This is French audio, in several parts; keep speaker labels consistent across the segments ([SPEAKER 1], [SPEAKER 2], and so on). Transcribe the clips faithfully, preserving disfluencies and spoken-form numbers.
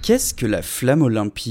[SPEAKER 1] Qu'est-ce que la flamme olympique ?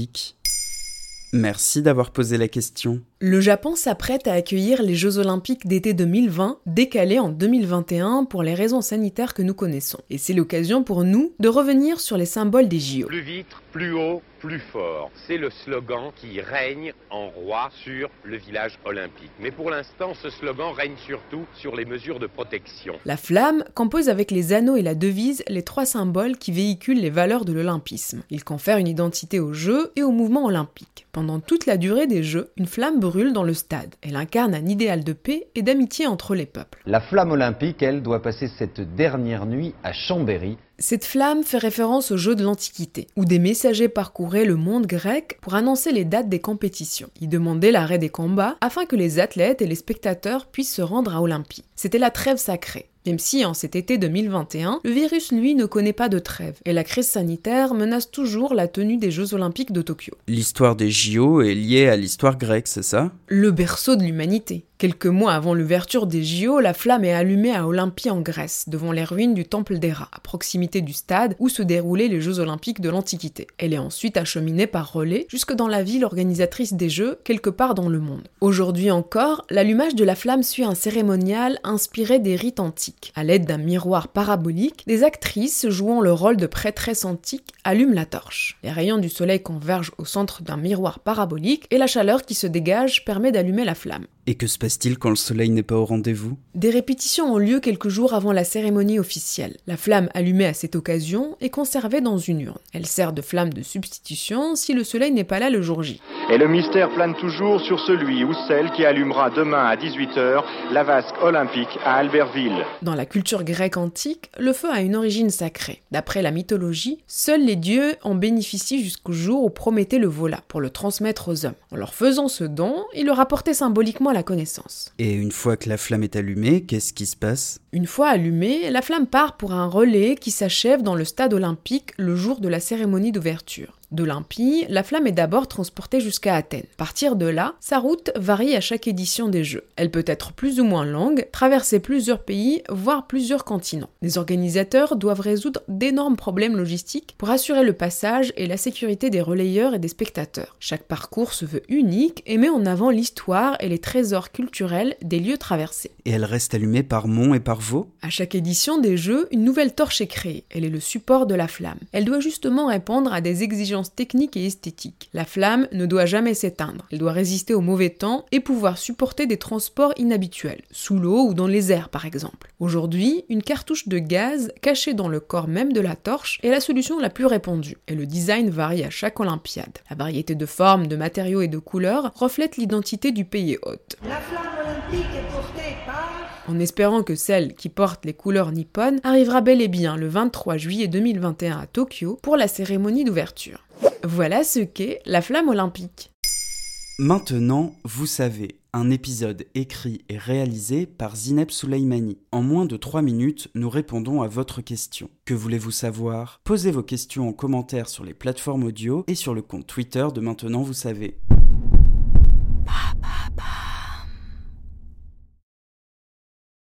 [SPEAKER 1] Merci d'avoir posé la question.
[SPEAKER 2] Le Japon s'apprête à accueillir les Jeux Olympiques d'été deux mille vingt, décalés en deux mille vingt et un pour les raisons sanitaires que nous connaissons. Et c'est l'occasion pour nous de revenir sur les symboles des J O.
[SPEAKER 3] Plus vite, plus haut, plus fort. C'est le slogan qui règne en roi sur le village olympique. Mais pour l'instant, ce slogan règne surtout sur les mesures de protection.
[SPEAKER 2] La flamme compose avec les anneaux et la devise les trois symboles qui véhiculent les valeurs de l'olympisme. Ils confèrent une identité aux Jeux et au mouvement olympique. Pendant toute la durée des Jeux, une flamme brûle dans le stade. Elle incarne un idéal de paix et d'amitié entre les peuples.
[SPEAKER 4] La flamme olympique, elle, doit passer cette dernière nuit à Chambéry.
[SPEAKER 2] Cette flamme fait référence aux Jeux de l'Antiquité, où des messagers parcouraient le monde grec pour annoncer les dates des compétitions. Ils demandaient l'arrêt des combats afin que les athlètes et les spectateurs puissent se rendre à Olympie. C'était la trêve sacrée. Même si, en cet été deux mille vingt et un, le virus, lui, ne connaît pas de trêve, et la crise sanitaire menace toujours la tenue des Jeux Olympiques de Tokyo.
[SPEAKER 1] L'histoire des J O est liée à l'histoire grecque, c'est ça ?
[SPEAKER 2] Le berceau de l'humanité. Quelques mois avant l'ouverture des J O, la flamme est allumée à Olympie en Grèce, devant les ruines du temple d'Héra, à proximité du stade où se déroulaient les Jeux Olympiques de l'Antiquité. Elle est ensuite acheminée par relais jusque dans la ville organisatrice des Jeux, quelque part dans le monde. Aujourd'hui encore, l'allumage de la flamme suit un cérémonial inspiré des rites antiques. À l'aide d'un miroir parabolique, des actrices jouant le rôle de prêtresses antiques allument la torche. Les rayons du soleil convergent au centre d'un miroir parabolique et la chaleur qui se dégage permet d'allumer la flamme.
[SPEAKER 1] Et que se passe-t-il quand le soleil n'est pas au rendez-vous ?
[SPEAKER 2] Des répétitions ont lieu quelques jours avant la cérémonie officielle. La flamme allumée à cette occasion est conservée dans une urne. Elle sert de flamme de substitution si le soleil n'est pas là le jour J.
[SPEAKER 5] Et le mystère plane toujours sur celui ou celle qui allumera demain à dix-huit heures la vasque olympique à Albertville.
[SPEAKER 2] Dans la culture grecque antique, le feu a une origine sacrée. D'après la mythologie, seuls les dieux en bénéficient jusqu'au jour où Prométhée le vola pour le transmettre aux hommes. En leur faisant ce don, il leur apportait symboliquement la connaissance.
[SPEAKER 1] Et une fois que la flamme est allumée, qu'est-ce qui se passe ?
[SPEAKER 2] Une fois allumée, la flamme part pour un relais qui s'achève dans le stade olympique le jour de la cérémonie d'ouverture. D'Olympie, la flamme est d'abord transportée jusqu'à Athènes. À partir de là, sa route varie à chaque édition des Jeux. Elle peut être plus ou moins longue, traverser plusieurs pays, voire plusieurs continents. Les organisateurs doivent résoudre d'énormes problèmes logistiques pour assurer le passage et la sécurité des relayeurs et des spectateurs. Chaque parcours se veut unique et met en avant l'histoire et les trésors culturels des lieux traversés.
[SPEAKER 1] Et elle reste allumée par Mont et par Vaux ?
[SPEAKER 2] À chaque édition des Jeux, une nouvelle torche est créée. Elle est le support de la flamme. Elle doit justement répondre à des exigences techniques et esthétiques. La flamme ne doit jamais s'éteindre. Elle doit résister au mauvais temps et pouvoir supporter des transports inhabituels, sous l'eau ou dans les airs par exemple. Aujourd'hui, une cartouche de gaz cachée dans le corps même de la torche est la solution la plus répandue, et le design varie à chaque Olympiade. La variété de formes, de matériaux et de couleurs reflète l'identité du pays hôte.
[SPEAKER 6] La flamme olympique est portée par...
[SPEAKER 2] En espérant que celle qui porte les couleurs nippones arrivera bel et bien le vingt-trois juillet deux mille vingt et un à Tokyo pour la cérémonie d'ouverture. Voilà ce qu'est la flamme olympique.
[SPEAKER 1] Maintenant, vous savez, un épisode écrit et réalisé par Zineb Souleimani. En moins de trois minutes, nous répondons à votre question. Que voulez-vous savoir ? Posez vos questions en commentaire sur les plateformes audio et sur le compte Twitter de Maintenant, vous savez.